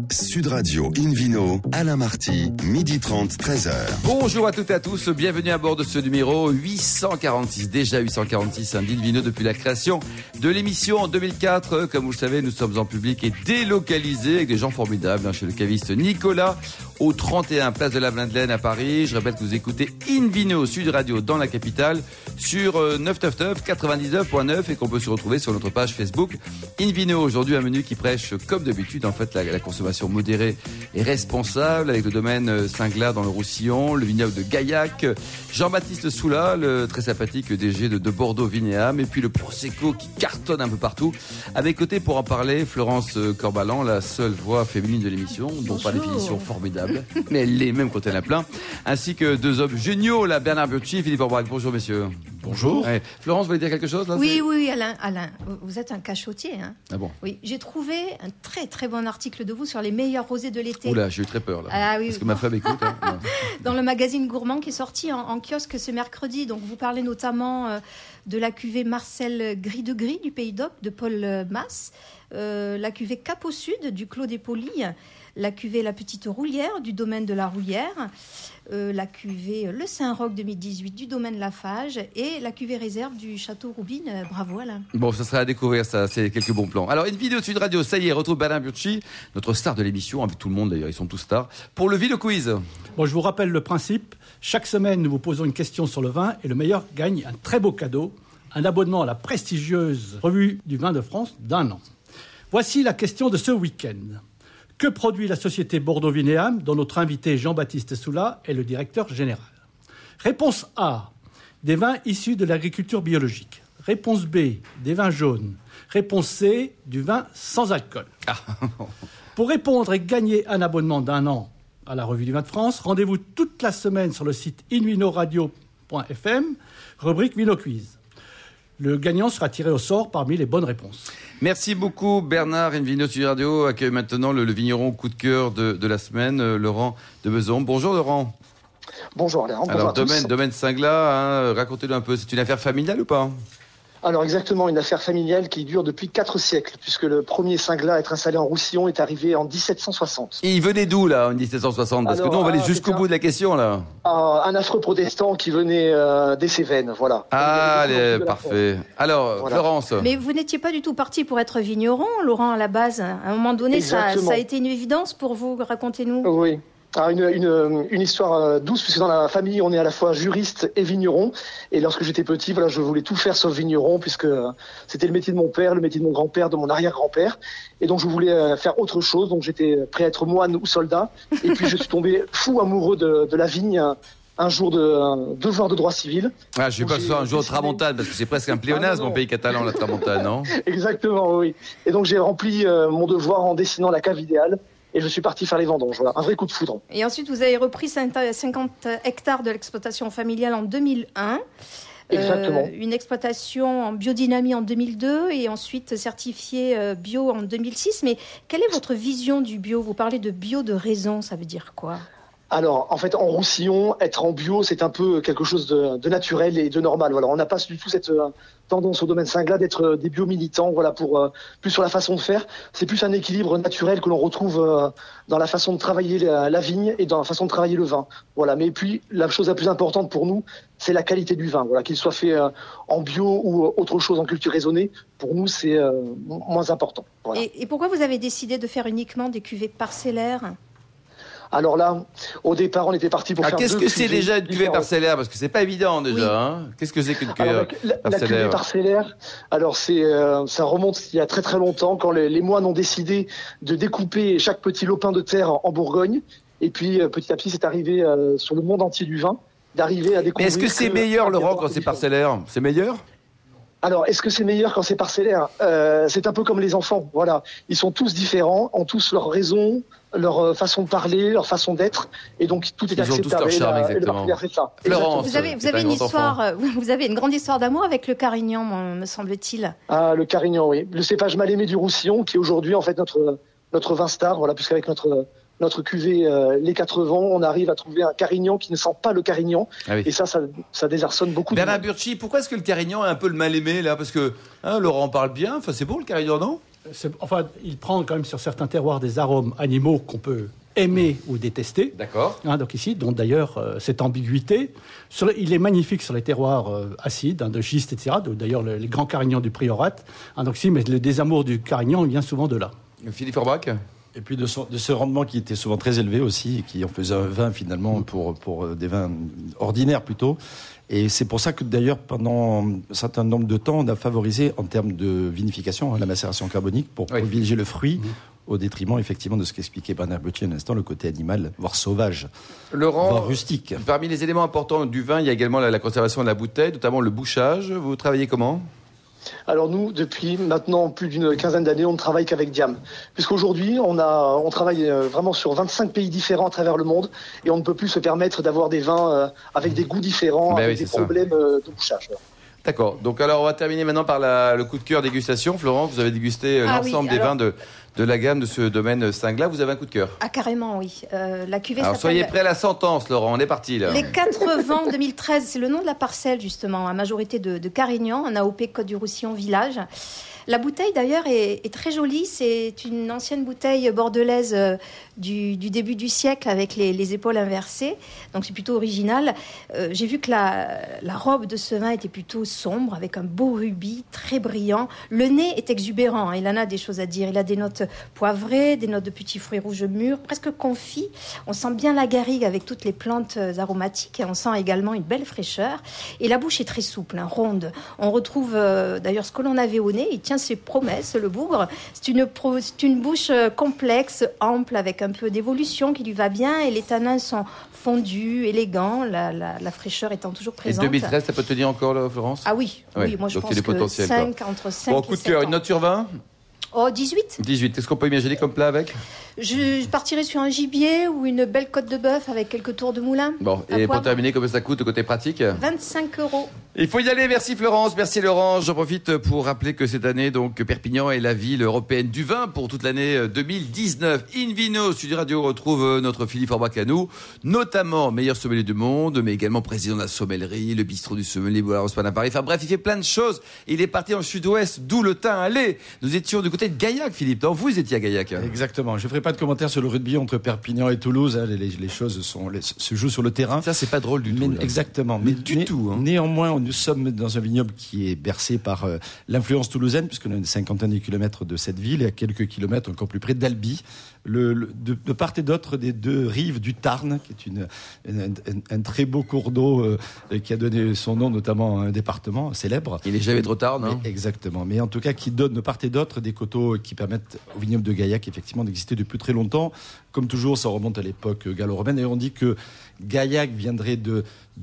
Sud Radio Invino, Alain Marty, 12h30, 13h. Bonjour à toutes et à tous, bienvenue à bord de ce numéro 846, déjà 846, un d'Invino depuis la création de l'émission en 2004. Comme vous le savez, nous sommes en public et délocalisés avec des gens formidables, chez le caviste Nicolas, au 31 Place de la Madeleine à Paris. Je répète que vous écoutez Invino Sud Radio dans la capitale sur 999 99.9 et qu'on peut se retrouver sur notre page Facebook Invino. Aujourd'hui, un menu qui prêche, comme d'habitude, en fait, la consommation modérée et responsable, avec le domaine Singla dans le Roussillon, le vignoble de Gaillac, Jean-Baptiste Soula, le très sympathique DG de Bordeaux Vignéam, et puis le Prosecco qui cartonne un peu partout. À mes côtés, pour en parler, Florence Corbalan, la seule voix féminine de l'émission, dont par définition formidable, mais elle l'est même quand elle a plein, ainsi que deux hommes géniaux, la Bernard Burchi et Philippe Aubrac. Bonjour messieurs. Bonjour. Ouais. Florence, vous voulez dire quelque chose là? Oui, Alain, vous êtes un cachotier. Hein. Ah bon? Oui, j'ai trouvé un très très bon article de vous sur les meilleurs rosés de l'été. Oula, j'ai eu très peur là. Ah, oui, parce que ma femme écoute. Hein. Dans le magazine Gourmand qui est sorti en kiosque ce mercredi. Donc vous parlez notamment de la cuvée Marcel Gris de Gris du Pays d'Oc de Paul Mas, la cuvée Cap au Sud du Clos des Polis, la cuvée La Petite Roulière du domaine de la Roulière, la cuvée Le Saint-Roch 2018 du domaine Lafage et la cuvée réserve du Château Roubine. Bravo Alain. Bon, ça sera à découvrir, ça, c'est quelques bons plans. Alors, une vidéo de Sud Radio, ça y est, retrouve Bernard Burchi, notre star de l'émission, avec tout le monde d'ailleurs, ils sont tous stars, pour le Vino Quiz. Bon, je vous rappelle le principe. Chaque semaine, nous vous posons une question sur le vin et le meilleur gagne un très beau cadeau, un abonnement à la prestigieuse revue du vin de France d'1 an. Voici la question de ce week-end. Que produit la société Bordeaux Vignéam, dont notre invité Jean-Baptiste Soula est le directeur général? Réponse A, des vins issus de l'agriculture biologique. Réponse B, des vins jaunes. Réponse C, du vin sans alcool. Pour répondre et gagner un abonnement d'1 an à la Revue du Vin de France, rendez-vous toute la semaine sur le site invinoradio.fm, rubrique Vino Quiz. Le gagnant sera tiré au sort parmi les bonnes réponses. Merci beaucoup Bernard. Invino Sud Radio accueille maintenant le vigneron coup de cœur de la semaine, Laurent de Beson. Bonjour Laurent. Bonjour Alain. Alors domaine Singla, racontez-nous un peu, c'est une affaire familiale ou pas? Alors exactement, une affaire familiale qui dure depuis 4 siècles, puisque le premier Singla à être installé en Roussillon est arrivé en 1760. Et il venait d'où là en 1760? Parce que nous on va aller jusqu'au bout de la question là. Un affreux protestant qui venait des Cévennes, voilà. Ah, parfait. Alors, voilà. Florence. Mais vous n'étiez pas du tout parti pour être vigneron, Laurent, à la base. À un moment donné, ça a été une évidence pour vous, racontez-nous. Oui. Alors une histoire douce, puisque dans la famille, on est à la fois juriste et vigneron. Et lorsque j'étais petit, voilà, je voulais tout faire sauf vigneron, puisque c'était le métier de mon père, le métier de mon grand-père, de mon arrière-grand-père. Et donc, je voulais faire autre chose. Donc, j'étais prêt à être moine ou soldat. Et puis, je suis tombé fou amoureux de la vigne. Un jour de devoir de droit civil. Ah, je suis pas sûr un jour de tramontane, parce que c'est presque un pléonasme, mon pays catalan, la tramontane, non? Exactement, oui. Et donc, j'ai rempli mon devoir en dessinant la cave idéale. Et je suis parti faire les vendanges. Voilà, un vrai coup de foudre. Et ensuite, vous avez repris 50 hectares de l'exploitation familiale en 2001. Exactement. Une exploitation en biodynamie en 2002 et ensuite certifiée bio en 2006. Mais quelle est votre vision du bio? Vous parlez de bio de raison, ça veut dire quoi? Alors, en fait, en Roussillon, être en bio, c'est un peu quelque chose de naturel et de normal. Voilà, on n'a pas du tout cette tendance au domaine Singla d'être des bio-militants. Voilà, pour plus sur la façon de faire. C'est plus un équilibre naturel que l'on retrouve dans la façon de travailler la vigne et dans la façon de travailler le vin. Voilà, mais puis la chose la plus importante pour nous, c'est la qualité du vin. Voilà, qu'il soit fait en bio ou autre chose en culture raisonnée, pour nous, c'est moins important. Voilà. Et pourquoi vous avez décidé de faire uniquement des cuvées parcellaires? Alors là, au départ, on était parti pour faire qu'est-ce que c'est déjà une cuvée parcellaire? Parce que c'est pas évident déjà. Oui. Hein, qu'est-ce que c'est qu'une cuvée parcellaire? La cuvée parcellaire, alors ça remonte il y a très très longtemps, quand les moines ont décidé de découper chaque petit lopin de terre en Bourgogne. Et puis petit à petit, c'est arrivé sur le monde entier du vin, d'arriver à découvrir. Mais est-ce que c'est meilleur, Laurent, quand c'est parcellaire? C'est meilleur? Alors, est-ce que c'est meilleur quand c'est parcellaire? C'est un peu comme les enfants, voilà. Ils sont tous différents, ont tous leurs raisons, leur façon de parler, leur façon d'être, et donc tout est acceptable. Ils ont tous leur charme, exactement. Florence, vous avez une histoire, vous avez une grande histoire d'amour avec le Carignan, me semble-t-il. Ah, le Carignan, oui. Le cépage mal aimé du Roussillon, qui est aujourd'hui en fait notre vin star, voilà, puisqu'avec notre cuvée Les 4 Vents, on arrive à trouver un Carignan qui ne sent pas le Carignan. Ah oui. Et ça désarçonne beaucoup. Bernard Burchi, pourquoi est-ce que le Carignan est un peu le mal-aimé, là? Parce que Laurent parle bien, enfin c'est bon le Carignan, non? il prend quand même sur certains terroirs des arômes animaux qu'on peut aimer ou détester. D'accord. Donc ici, dont d'ailleurs cette ambiguïté. Il est magnifique sur les terroirs acides, de schiste, etc. D'ailleurs, les grands Carignans du Priorat. Donc ici, mais le désamour du Carignan vient souvent de là. Philippe Forbach. Et puis de ce rendement qui était souvent très élevé aussi, et qui en faisait un vin finalement pour des vins ordinaires plutôt. Et c'est pour ça que d'ailleurs, pendant un certain nombre de temps, on a favorisé en termes de vinification la macération carbonique pour privilégier le fruit au détriment effectivement de ce qu'expliquait Bernard Bottier un instant, le côté animal, voire sauvage, Laurent, voire rustique. Parmi les éléments importants du vin, il y a également la conservation de la bouteille, notamment le bouchage. Vous travaillez comment ? Alors nous, depuis maintenant plus d'une quinzaine d'années, on ne travaille qu'avec Diam. Puisqu'aujourd'hui, on travaille vraiment sur 25 pays différents à travers le monde et on ne peut plus se permettre d'avoir des vins avec des goûts différents, avec des problèmes de bouchage. D'accord. Donc alors on va terminer maintenant par le coup de cœur dégustation. Florent, vous avez dégusté l'ensemble des vins de la gamme de ce domaine Singla. Vous avez un coup de cœur ? Ah carrément, oui. La cuvée alors soyez prêts à la sentence, Laurent. On est parti là. Les 4 vents 2013, c'est le nom de la parcelle justement, à majorité de Carignan, en AOP Côte-du-Roussillon Village. La bouteille d'ailleurs est très jolie. C'est une ancienne bouteille bordelaise du début du siècle avec les épaules inversées. Donc c'est plutôt original. J'ai vu que la robe de ce vin était plutôt sombre avec un beau rubis très brillant. Le nez est exubérant. Il en a des choses à dire. Il a des notes poivrées, des notes de petits fruits rouges mûrs, presque confits. On sent bien la garrigue avec toutes les plantes aromatiques. Et on sent également une belle fraîcheur. Et la bouche est très souple, ronde. On retrouve d'ailleurs ce que l'on avait au nez. Il tient ses promesses, le bougre. C'est une bouche complexe, ample, avec un peu d'évolution qui lui va bien, et les tanins sont fondus, élégants, la fraîcheur étant toujours présente. Et 2013, ça peut tenir encore, là, Florence ? Ah oui, moi je pense que 5, entre 5 bon, et 7 coup de cœur, ans. une note sur 20 ? Oh, 18. 18. Qu'est-ce qu'on peut imaginer comme plat avec ? Je partirais sur un gibier ou une belle côte de bœuf avec quelques tours de moulin. Bon, et pour terminer, combien ça coûte côté pratique ? 25 €. Il faut y aller. Merci Florence, merci Laurent. J'en profite pour rappeler que cette année, donc, Perpignan est la ville européenne du vin pour toute l'année 2019. Invino, Studio Radio retrouve notre Philippe Forbach à nous, notamment meilleur sommelier du monde, mais également président de la sommellerie, le bistrot du sommelier Boulard Haussmann à Paris. Enfin bref, il fait plein de choses. Il est parti en sud-ouest, d'où le teint allé. Nous étions du côté de Gaillac, Philippe. Non, vous étiez à Gaillac. Exactement. Je ne ferai pas de commentaires sur le rugby entre Perpignan et Toulouse. Les choses se jouent sur le terrain. Ça, c'est pas drôle du tout. Exactement. Mais du tout. Néanmoins, nous sommes dans un vignoble qui est bercé par l'influence toulousaine, puisqu'on a une cinquantaine de kilomètres de cette ville et à quelques kilomètres encore plus près d'Albi. De part et d'autre des deux rives du Tarn, qui est un très beau cours d'eau qui a donné son nom notamment à un département célèbre. Il n'est jamais trop tard, non ? Exactement. Mais en tout cas, qui donne de part et d'autre des coteaux qui permettent au vignoble de Gaillac effectivement d'exister depuis très longtemps. Comme toujours, ça remonte à l'époque gallo-romaine. Et on dit que Gaillac viendrait de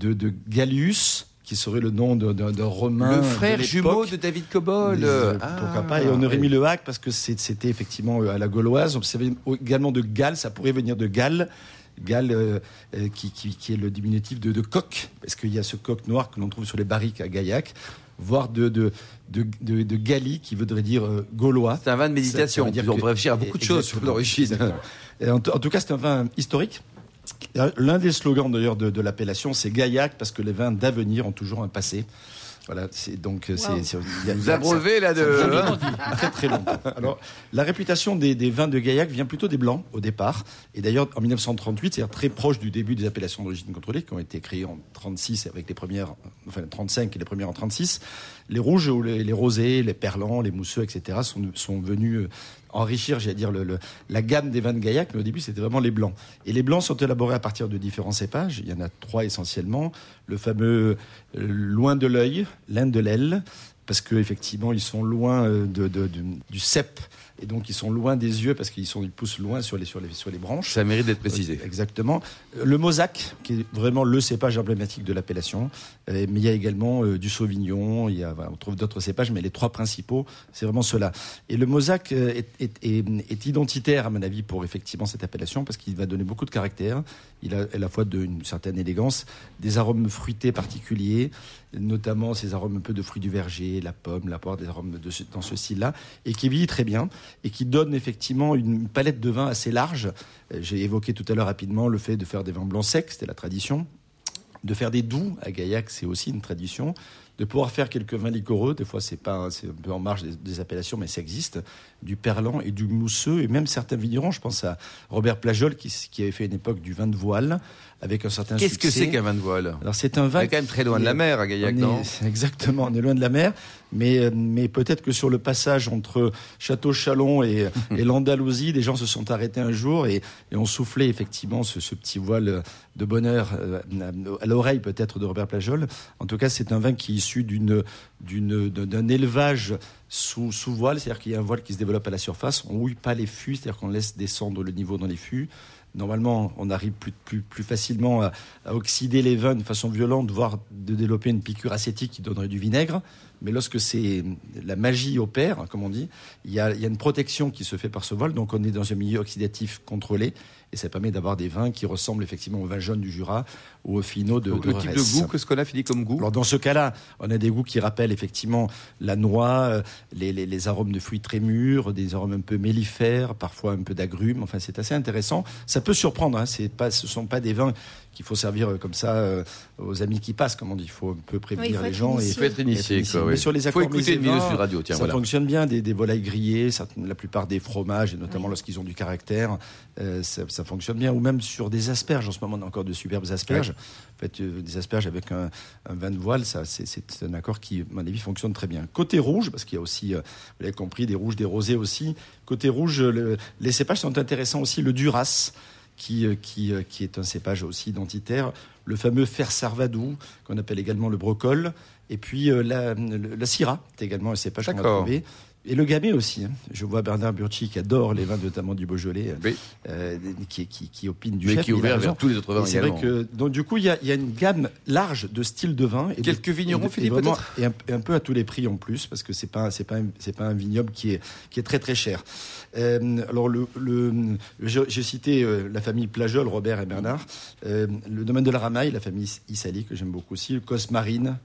Gallius, qui serait le nom d'un Romain. Le frère jumeau de David Cobol. Pourquoi pas. Et on aurait mis le hac parce que c'était effectivement à la gauloise. On savait également de Galles, ça pourrait venir de Galles. Galles, qui est le diminutif de coq, parce qu'il y a ce coq noir que l'on trouve sur les barriques à Gaillac, voire de Gallie, qui voudrait dire gaulois. C'est un vin de méditation. On peut réfléchir à beaucoup de choses sur l'origine. En tout cas, c'est un vin historique. L'un des slogans d'ailleurs de l'appellation, c'est Gaillac, parce que les vins d'avenir ont toujours un passé. Voilà, c'est donc vous abreuvez là de très très longtemps. Alors, la réputation des vins de Gaillac vient plutôt des blancs au départ, et d'ailleurs en 1938, c'est-à-dire très proche du début des appellations d'origine contrôlée qui ont été créées en 36 avec les premières, enfin 35 et les premières en 36. Les rouges ou les rosés, les perlants, les mousseux, etc. sont venus enrichir, j'allais dire, la gamme des vins de Gaillac, mais au début, c'était vraiment les blancs. Et les blancs sont élaborés à partir de différents cépages. Il y en a 3 essentiellement. Le fameux loin de l'œil, l'Inde de l'aile, parce qu'effectivement, ils sont loin du cep. Et donc, ils sont loin des yeux parce qu'ils poussent loin sur les branches. Ça mérite d'être précisé. Exactement. Le Mosaque, qui est vraiment le cépage emblématique de l'appellation. Mais il y a également du Sauvignon. On trouve d'autres cépages, mais les 3 principaux, c'est vraiment ceux-là. Et le Mosaque est identitaire, à mon avis, pour effectivement cette appellation, parce qu'il va donner beaucoup de caractère. Il a à la fois d'une certaine élégance, des arômes fruités particuliers, notamment ces arômes un peu de fruits du verger, la pomme, la poire, des arômes dans ce style-là, et qui vieillit très bien, et qui donne effectivement une palette de vins assez large. J'ai évoqué tout à l'heure rapidement le fait de faire des vins blancs secs, c'était la tradition. De faire des doux à Gaillac, c'est aussi une tradition. de pouvoir faire quelques vins liquoreux. Des fois, c'est un peu en marge des appellations, mais ça existe. Du perlant et du mousseux, et même certains vignerons. Je pense à Robert Plajol qui avait fait une époque du vin de voile avec un certain succès. Qu'est-ce que c'est qu'un vin de voile ? Alors c'est un vin. On est quand même très loin de la mer à Gaillac, non ? Exactement, on est loin de la mer, mais peut-être que sur le passage entre Château-Chalon et l'Andalousie, des gens se sont arrêtés un jour et ont soufflé effectivement ce petit voile de bonheur à l'oreille peut-être de Robert Plajol. En tout cas, c'est un vin qui est issu d'un élevage sous voile, c'est-à-dire qu'il y a un voile qui se développe à la surface. On houille pas les fûts, c'est-à-dire qu'on laisse descendre le niveau dans les fûts. Normalement, on arrive plus facilement à oxyder les vins de façon violente, voire de développer une piqûre acétique qui donnerait du vinaigre. Mais lorsque la magie opère, comme on dit, il y a une protection qui se fait par ce voile. Donc on est dans un milieu oxydatif contrôlé. Et ça permet d'avoir des vins qui ressemblent effectivement aux vins jaunes du Jura ou aux finaux de le type de goût, qu'est-ce qu'on a, Philippe, comme goût ? Alors dans ce cas-là, on a des goûts qui rappellent effectivement la noix, les arômes de fruits très mûrs, des arômes un peu mellifères, parfois un peu d'agrumes. Enfin, c'est assez intéressant. Ça peut surprendre. Ce sont pas des vins qu'il faut servir comme ça aux amis qui passent, comme on dit. Il faut un peu prévenir les gens. Il faut être initié. Mais sur les accords, il faut écouter une minute sur radio. Tiens, ça fonctionne bien. Des volailles grillées, la plupart des fromages, et notamment lorsqu'ils ont du caractère, ça fonctionne bien. Ou même sur des asperges. En ce moment, on a encore de superbes asperges. En fait, des asperges avec un vin de voile, c'est un accord qui, à mon avis, fonctionne très bien. Côté rouge, parce qu'il y a aussi, vous l'avez compris, des rouges, des rosés aussi. Côté rouge, les cépages sont intéressants aussi. Le Duras, qui est un cépage aussi identitaire. Le fameux Fer Sarvadou, qu'on appelle également le Brocol. Et puis la Syrah, c'est également un cépage qu'on va trouver. Et le Gamay aussi. Je vois Bernard Burchi qui adore les vins, notamment du Beaujolais, qui opine du chef. Mais qui est ouvert vers tous les autres vins également. C'est vrai que, donc, du coup, il y a une gamme large de styles de vin. Et quelques vignerons, Philippe, peut-être ? Et un peu à tous les prix en plus, parce que c'est pas un vignoble qui est très très cher. Alors, j'ai cité la famille Plajol, Robert et Bernard. Le domaine de la Ramaille, la famille Issali, que j'aime beaucoup aussi. Le Cosmarine.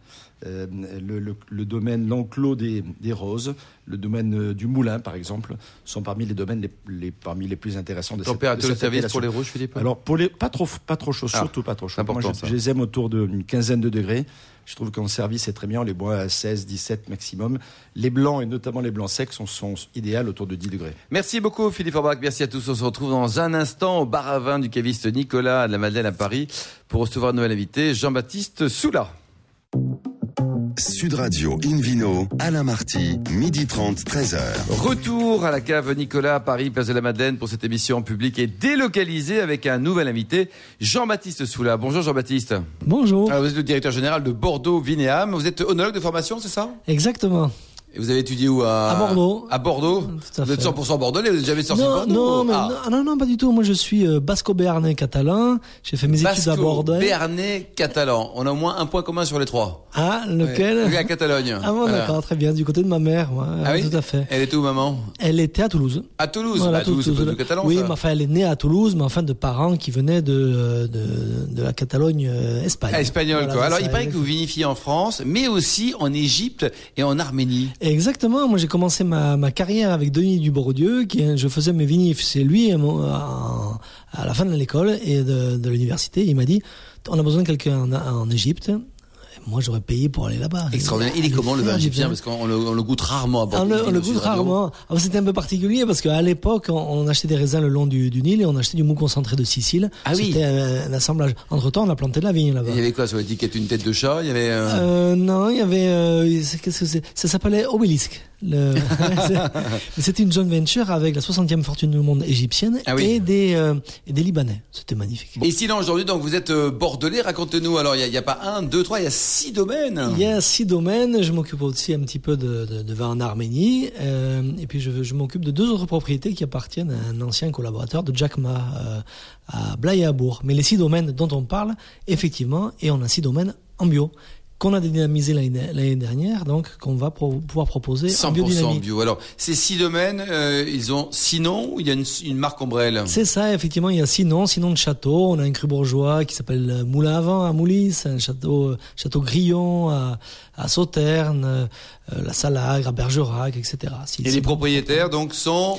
Le domaine L'Enclos des Roses, le domaine du Moulin, par exemple, sont parmi les domaines parmi les plus intéressants de température de service pour les rouges, Philippe ? Alors, pas trop chaud, surtout pas trop chaud. Moi, je les aime autour d'une quinzaine de degrés. Je trouve qu'en service, c'est très bien. On les boit à 16, 17 maximum. Les blancs, et notamment les blancs secs, sont idéaux autour de 10 degrés. Merci beaucoup, Philippe Forbach. Merci à tous. On se retrouve dans un instant au bar à vin du caviste Nicolas de la Madeleine à Paris pour recevoir un nouvel invité, Jean-Baptiste Soula. Sud Radio Invino, Alain Marty, 12h30, 13h. Retour à la cave Nicolas à Paris, place de la Madeleine pour cette émission en public et délocalisée avec un nouvel invité, Jean-Baptiste Soula. Bonjour Jean-Baptiste. Bonjour. Alors, vous êtes le directeur général de Bordeaux Vinéam. Vous êtes œnologue de formation, c'est ça ? Exactement. Et vous avez étudié où ? À Bordeaux. À Bordeaux. Tout à vous êtes fait. 100% bordelais, vous n'êtes jamais sorti de Bordeaux ? Non, pas du tout. Moi, je suis basco-béarnais catalan. J'ai fait mes études à Bordeaux. Basco-béarnais catalan. On a au moins un point commun sur les trois. Ah, lequel ? La Catalogne. Ah bon, d'accord, très bien. Du côté de ma mère, moi. Ah oui ? Tout à fait. Elle était où, maman ? Elle était à Toulouse. À Toulouse. Voilà, Toulouse, c'est pas du catalan, oui, ça. mais enfin, elle est née à Toulouse, mais enfin de parents qui venaient de la Catalogne Espagne. Espagnol, voilà, quoi. Alors, ça, il paraît que vous vinifiez en France, mais aussi en Égypte et en Arménie. Exactement. Moi, j'ai commencé ma carrière avec Denis Dubourdieu, je faisais mes vinifs. C'est lui, à la fin de l'école et de l'université, il m'a dit, on a besoin de quelqu'un en Égypte. Moi, j'aurais payé pour aller là-bas. Extraordinaire. Il est comment le vin égyptien ? Parce qu'on le goûte rarement à Bordeaux. On le goûte rarement. Alors, c'était un peu particulier parce qu'à l'époque, on achetait des raisins le long du Nil et on achetait du mou concentré de Sicile. Ah oui. C'était un assemblage. Entre-temps, on a planté de la vigne là-bas. Il y avait quoi sur l'étiquette ? Une tête de chat ? Il y avait. Non, il y avait. Qu'est-ce que c'est ? Ça s'appelait Obélisque. Mais c'était une joint venture avec la 60e fortune du monde égyptienne et des Libanais. C'était magnifique. Et sinon, aujourd'hui, donc, vous êtes bordelais. Racontez-nous. Alors, il y a pas 1, 2, 3, il y a 6 domaines. Il y a 6 domaines. Je m'occupe aussi un petit peu de vin en Arménie. Et puis, je m'occupe de 2 autres propriétés qui appartiennent à un ancien collaborateur de Jack Ma à Blaye et à Bourg. Mais les 6 domaines dont on parle, effectivement, et on a 6 domaines en bio, qu'on a dynamisé l'année dernière, donc qu'on va pouvoir proposer 100% en biodynamie. Bio. Alors, ces 6 domaines, ils ont 6 noms ou il y a une marque ombrelle ? C'est ça, effectivement, il y a 6 noms de châteaux. On a un cru bourgeois qui s'appelle Moulin à Vent à Moulis, un château Grillon à Sauternes, la Salagre à Bergerac, etc. Et les propriétaires, donc, sont...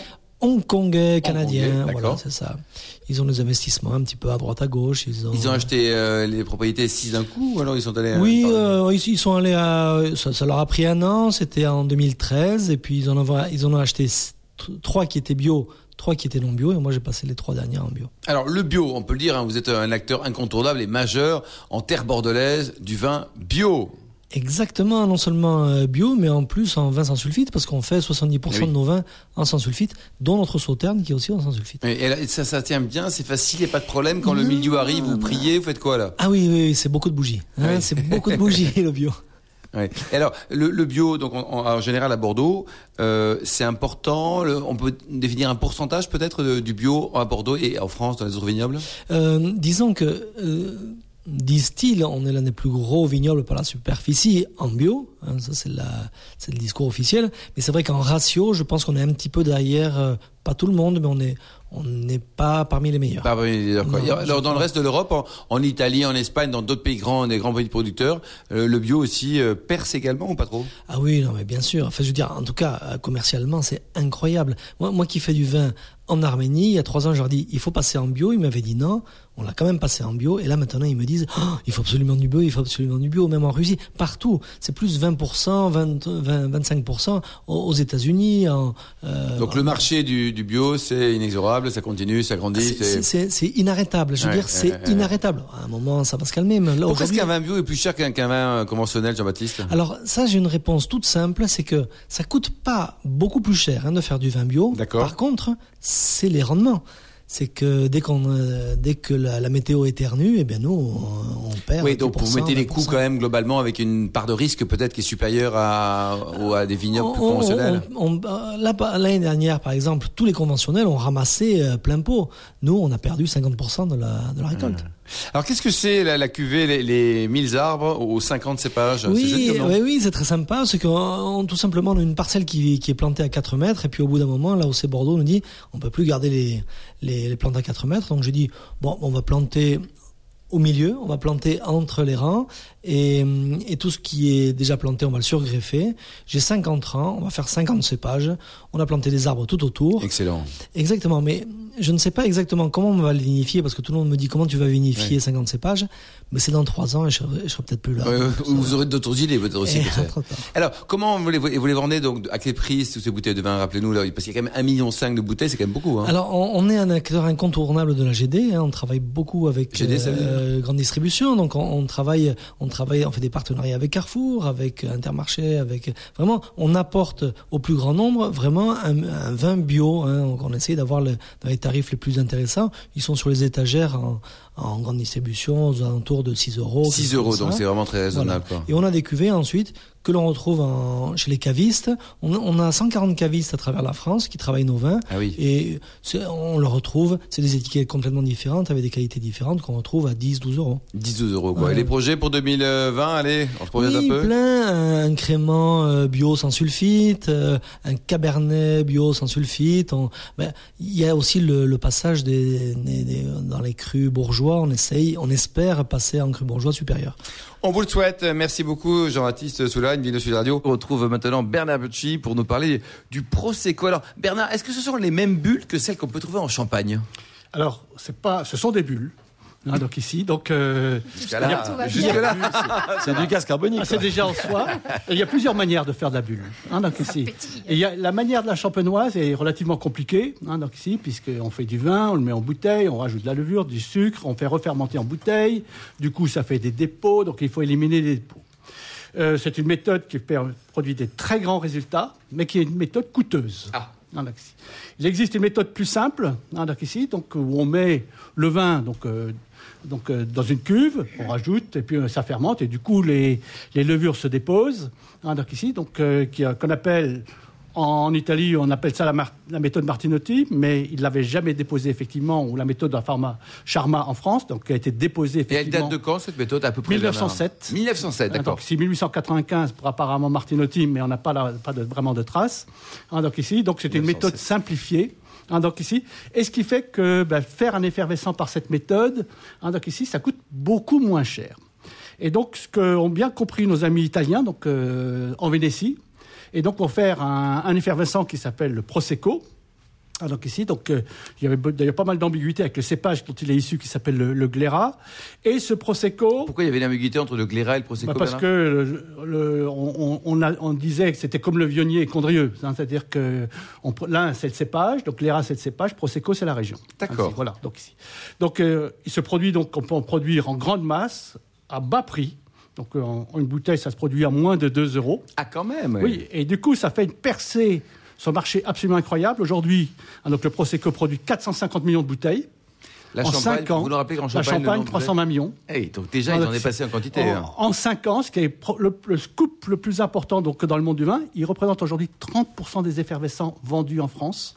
hongkongais, canadiens, d'accord. voilà, c'est ça. Ils ont des investissements un petit peu à droite à gauche. Ils ont acheté les propriétés 6 d'un coup, ou alors ils sont allés... Oui, ils sont allés ça leur a pris 1 an, c'était en 2013, et puis ils en ont acheté 3 qui étaient bio, 3 qui étaient non bio, et moi j'ai passé les 3 dernières en bio. Alors le bio, on peut le dire, hein, vous êtes un acteur incontournable et majeur en terre bordelaise du vin bio. Exactement, non seulement bio, mais en plus en vin sans sulfite, parce qu'on fait 70% de nos vins en sans sulfite, dont notre Sauterne qui est aussi en sans sulfite. Et ça tient bien, c'est facile, il n'y a pas de problème. Quand le milieu arrive, vous priez, vous faites quoi là? Ah oui, c'est beaucoup de bougies. Hein, c'est beaucoup de bougies le bio. Ouais. Et alors, le bio, donc en général à Bordeaux, c'est important. On peut définir un pourcentage peut-être du bio à Bordeaux et en France dans les autres vignobles. Disons que disent-ils, on est l'un des plus gros vignobles par la superficie en bio. Hein, ça c'est le discours officiel. Mais c'est vrai qu'en ratio, je pense qu'on est un petit peu derrière. Pas tout le monde, mais on n'est pas parmi les meilleurs. Pas parmi les meilleurs, quoi. Alors, dans le reste de l'Europe, en Italie, en Espagne, dans d'autres pays des grands pays producteurs, le bio aussi perce également ou pas trop? Ah oui, non, mais bien sûr. Enfin, je veux dire, en tout cas, commercialement, c'est incroyable. Moi qui fais du vin en Arménie, il y a 3 ans, je leur dis, il faut passer en bio. Ils m'avaient dit non. On l'a quand même passé en bio. Et là, maintenant, ils me disent, il faut absolument du bio, il faut absolument du bio. Même en Russie, partout. C'est plus 20%, 25% aux États-Unis. Donc, le marché du bio, c'est inexorable, ça continue, ça grandit. C'est inarrêtable. Je veux dire, c'est inarrêtable. À un moment, ça va se calmer. Mais là, pourquoi est-ce qu'un vin bio est plus cher qu'un vin conventionnel, Jean-Baptiste? Alors, ça, j'ai une réponse toute simple. C'est que ça coûte pas beaucoup plus cher de faire du vin bio. D'accord. Par contre, c'est les rendements. C'est que dès que la météo éternue, eh bien nous on perd. Oui, donc vous mettez les coûts 20%. quand même globalement avec une part de risque peut-être qui est supérieure à des vignobles plus conventionnels. L'année dernière, par exemple, tous les conventionnels ont ramassé plein pot. Nous, on a perdu 50% de la récolte. Alors qu'est-ce que c'est la cuvée les 1000 arbres aux 50 cépages? Oui, c'est très sympa. C'est que tout simplement on a une parcelle qui est plantée à 4 mètres, et puis au bout d'un moment, là où c'est Bordeaux, on nous dit on peut plus garder les plantes à 4 mètres. Donc j'ai dit bon, on va planter au milieu, on va planter entre les rangs, et tout ce qui est déjà planté, on va le surgreffer. J'ai 50 rangs, on va faire 50 cépages. On a planté des arbres tout autour. Excellent. Exactement, mais je ne sais pas exactement comment on va les vinifier, parce que tout le monde me dit comment tu vas vinifier 50 cépages, mais c'est dans 3 ans et je serai peut-être plus là. Vous aurez d'autres idées peut-être aussi. Peut-être. Alors, comment vous les vendez donc, à quel prix toutes ces bouteilles de vin? Rappelez-nous, là, parce qu'il y a quand même 1,5 million de bouteilles, c'est quand même beaucoup. Hein. Alors, on est un acteur incontournable de la GD, on travaille beaucoup avec GD, ça veut dire grande distribution, donc on fait des partenariats avec Carrefour, avec Intermarché, vraiment, on apporte au plus grand nombre vraiment un vin bio, donc on essaye d'avoir dans les tarifs les plus intéressants. Ils sont sur les étagères en grande distribution aux alentours de 6 euros. 6 euros, donc c'est vraiment très raisonnable. Voilà. Et on a des cuvées ensuite que l'on retrouve chez les cavistes. On a 140 cavistes à travers la France qui travaillent nos vins. Ah oui. Et on le retrouve, c'est des étiquettes complètement différentes, avec des qualités différentes qu'on retrouve à 10-12 euros. 10-12 euros, quoi. Ouais. Et les projets pour 2020, allez, on se projette un peu? Plein. Un crément bio sans sulfite, un cabernet bio sans sulfite. Il y a aussi le passage dans les crus bourgeois. On espère passer en cru bourgeois supérieur. On vous le souhaite. Merci beaucoup, Jean-Baptiste Soulagne, Vino Sud Radio. On retrouve maintenant Bernard Bucci pour nous parler du Prosecco. Alors, Bernard, est-ce que ce sont les mêmes bulles que celles qu'on peut trouver en Champagne? Alors, ce sont des bulles. Donc ici, jusque-là, c'est du gaz carbonique. C'est déjà en soi. Et il y a plusieurs manières de faire de la bulle. Donc ici, et la manière de la champenoise est relativement compliquée. Donc ici, puisqu'on fait du vin, on le met en bouteille, on rajoute de la levure, du sucre, on fait refermenter en bouteille. Du coup, ça fait des dépôts. Donc il faut éliminer les dépôts. C'est une méthode qui produit des très grands résultats, mais qui est une méthode coûteuse. Il existe une méthode plus simple, où on met le vin dans une cuve, on rajoute, et puis ça fermente, et du coup les levures se déposent. Qu'on appelle, en Italie, on appelle ça la méthode Martinotti, mais il ne l'avait jamais déposée effectivement, ou la méthode de la Charma en France, donc qui a été déposée effectivement. Et elle date de quand cette méthode, à peu près? 1907. 1907, d'accord. Donc ici 1895 pour apparemment Martinotti, mais on n'a pas vraiment de traces. Donc c'est une méthode simplifiée. Et ce qui fait que faire un effervescent par cette méthode, ça coûte beaucoup moins cher. Et donc ce qu'ont bien compris nos amis italiens, en Vénétie, et donc pour faire un effervescent qui s'appelle le Prosecco, Donc ici, il y avait d'ailleurs pas mal d'ambiguïté avec le cépage dont il est issu, qui s'appelle le Glera. Et ce Prosecco... Pourquoi il y avait une ambiguïté entre le Glera et le Prosecco? Parce que on disait que c'était comme le Viognier et Condrieu. C'est-à-dire que l'un, c'est le cépage, donc Glera, c'est le cépage, Prosecco, c'est la région. D'accord. Ainsi, voilà, donc ici. Donc, il se produit, on peut en produire en grande masse, à bas prix. Donc, une bouteille, ça se produit à moins de 2 €. Ah, quand même. Oui, et du coup, ça fait une percée sur le marché absolument incroyable. Aujourd'hui, donc le Prosecco produit 450 millions de bouteilles. La en Champagne, 5 ans, vous nous rappelez qu'en la Champagne 320 millions. Hey, donc déjà, ils en est passé en quantité. En 5 ans, ce qui est le scoop le plus important donc, dans le monde du vin, il représente aujourd'hui 30% des effervescents vendus en France.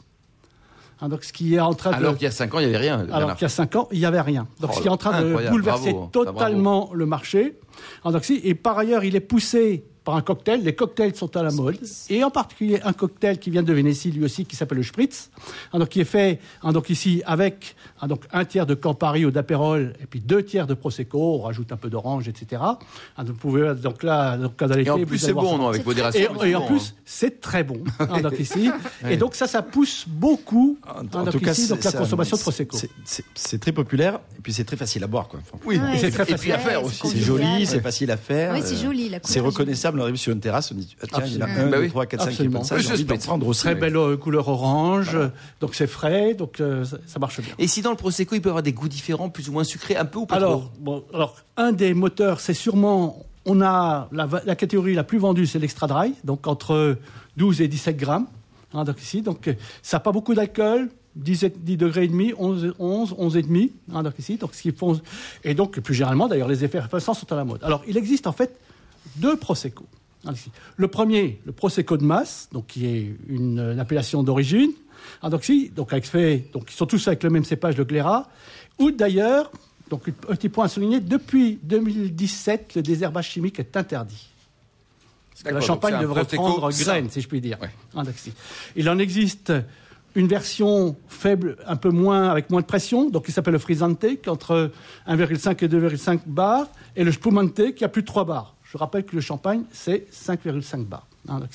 Donc, ce qui est en train Alors qu'il y a 5 ans, il n'y avait rien. Alors qu'il y a 5 ans, il n'y avait rien. Donc, ce qui est en train de bouleverser totalement le marché. Et par ailleurs, il est poussé par un cocktail. Les cocktails sont à la mode. Et en particulier, un cocktail qui vient de Vénétie, lui aussi, qui s'appelle le Spritz. Donc, qui est fait ici avec un tiers de Campari ou d'Aperol et puis 2 tiers de Prosecco. On rajoute un peu d'orange, etc. Vous pouvez, donc là, dans l'été, et en plus, c'est bon, non, avec modération. Et en plus, c'est très bon. Donc ici. Et donc, ça pousse beaucoup. En tout cas, la consommation de Prosecco. C'est très populaire et puis c'est très facile à boire, quoi. Oui, et c'est très facile à faire aussi. C'est joli, c'est facile à faire. Oui, c'est joli. C'est reconnaissable. On arrive sur une terrasse, on dit tiens, il y en a 1, 2, 3, 4, 5 qui ça. J'ai envie d'en prendre aussi. Très belle couleur orange. Donc c'est frais, donc ça marche bien. Et si dans le Prosecco, il peut y avoir des goûts différents, plus ou moins sucrés, un peu ou pas trop? Alors, un des moteurs, c'est sûrement... On a la catégorie la plus vendue, c'est l'extra dry, donc entre 12 et 17 grammes. Donc ici, ça n'a pas beaucoup d'alcool. 10 degrés et demi, 11 et demi, donc ici, donc ce qui font, et donc plus généralement d'ailleurs les effervescents sont à la mode. Alors il existe en fait 2 Prosecco. Ici. Le premier, le Prosecco de masse, donc qui est une appellation d'origine, ils sont tous avec le même cépage, le Glera, ou d'ailleurs, donc un petit point à souligner, depuis 2017, le désherbage chimique est interdit. Parce que la Champagne devrait prendre graine, si je puis dire. Ouais. Il en existe une version faible, un peu moins, avec moins de pression, donc qui s'appelle le Frizzante, qui est entre 1,5 et 2,5 bars, et le Spumante, qui a plus de 3 bars. Je rappelle que le Champagne, c'est 5,5 bars.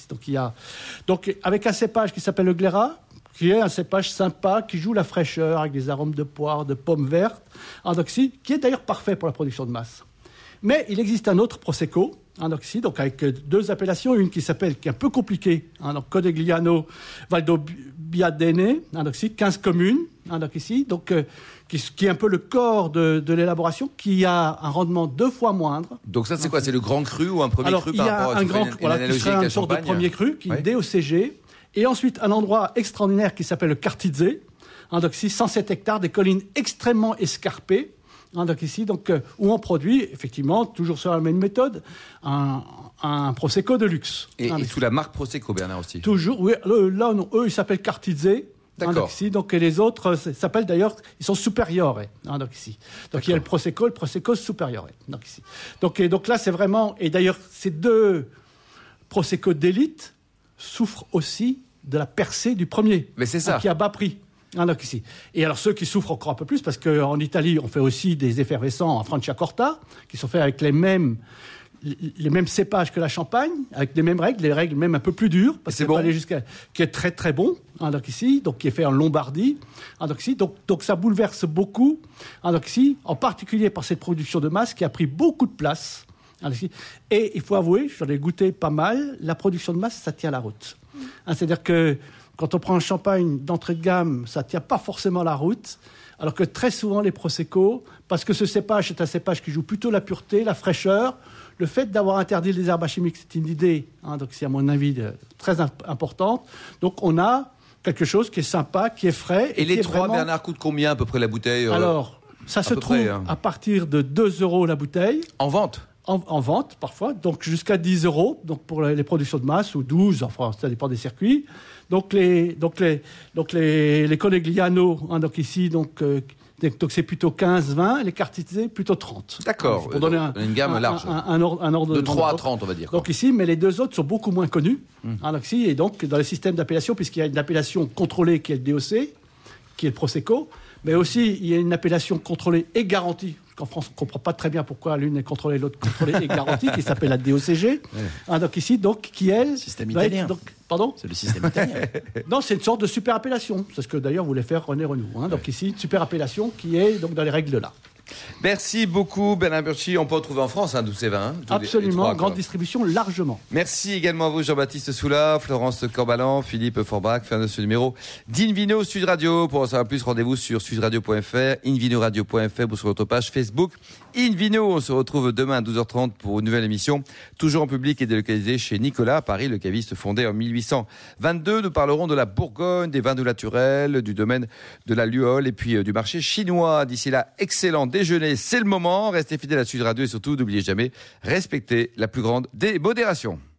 Donc, avec un cépage qui s'appelle le Glera, qui est un cépage sympa, qui joue la fraîcheur, avec des arômes de poire, de pommes vertes, qui est d'ailleurs parfait pour la production de masse. Mais il existe un autre Prosecco, donc avec 2 appellations, une qui est un peu compliquée, Conegliano Valdobbiadene, 15 communes, qui est un peu le corps de l'élaboration, qui a un rendement 2 fois moindre. Donc ça, c'est quoi? C'est le grand cru ou un premier cru par rapport à un grand cru, qui serait une sorte de premier cru, qui est DOCG. Et ensuite, un endroit extraordinaire qui s'appelle le Cartizze, 107 hectares, des collines extrêmement escarpées, où on produit, effectivement, toujours sur la même méthode, un Prosecco de luxe. Et sous la marque Prosecco, Bernard, aussi? Toujours, oui. Là, non, eux, ils s'appellent Cartizze. D'accord. Et les autres s'appellent d'ailleurs, ils sont supérieurs. Donc il y a le Prosecco supérieur. Donc là, c'est vraiment... Et d'ailleurs, ces 2 Prosecco d'élite souffrent aussi de la percée du premier. Mais c'est ça. Qui a bas prix. Et alors ceux qui souffrent encore un peu plus, parce qu'en Italie, on fait aussi des effervescents en Franciacorta, qui sont faits avec les mêmes cépages que la Champagne, avec les mêmes règles, les règles même un peu plus dures, parce c'est bon. Qui est très très bon, qui est fait en Lombardie, donc ça bouleverse beaucoup, en particulier par cette production de masse qui a pris beaucoup de place. Et il faut avouer, j'en ai goûté pas mal, la production de masse, ça tient la route. C'est-à-dire que quand on prend un Champagne d'entrée de gamme, ça ne tient pas forcément la route, alors que très souvent les Prosecco, parce que ce cépage est un cépage qui joue plutôt la pureté, la fraîcheur, le fait d'avoir interdit les herbes chimiques, c'est une idée, donc c'est à mon avis très importante. Donc on a quelque chose qui est sympa, qui est frais. Et les 3, Bernard, coûtent combien à peu près la bouteille? Alors, ça se trouve à partir de 2 € la bouteille. En vente? En vente, parfois, donc jusqu'à 10 € donc pour les productions de masse, ou 12, enfin, ça dépend des circuits. Donc les Conegliano, donc c'est plutôt 15-20, les Cartizze plutôt 30. D'accord, pour donner une gamme large. Un ordre de 3 à 30, on va dire. Donc ici, mais les 2 autres sont beaucoup moins connus. Et donc dans le système d'appellation, puisqu'il y a une appellation contrôlée qui est le DOC, qui est le Prosecco, mais aussi il y a une appellation contrôlée et garantie. En France, on ne comprend pas très bien pourquoi l'une est contrôlée, l'autre contrôlée et garantie, qui s'appelle la DOCG. Donc ici, qui elle... Système italien. Pardon ? C'est le système italien. Non, c'est une sorte de super appellation. C'est ce que d'ailleurs voulait faire René Renoux. Donc ici, une super appellation qui est donc dans les règles de l'art. Merci beaucoup Bernard Burchi. On peut retrouver en France tous ces vins. Absolument, les 3, grande distribution, largement. Merci également à vous Jean-Baptiste Soula, Florence Corbalan, Philippe Forbach, fin de ce numéro d'Invino Sud Radio. Pour en savoir plus, rendez-vous sur sudradio.fr, invinoradio.fr ou sur notre page Facebook Invino. On se retrouve demain à 12h30 pour une nouvelle émission, toujours en public et délocalisée chez Nicolas à Paris, le caviste fondé en 1822. Nous parlerons de la Bourgogne, des vins doux naturels, du domaine de la Luole et puis du marché chinois. D'ici là, excellent déjeuner, c'est le moment. Restez fidèles à Sud Radio et surtout, n'oubliez jamais, respectez la plus grande des modérations.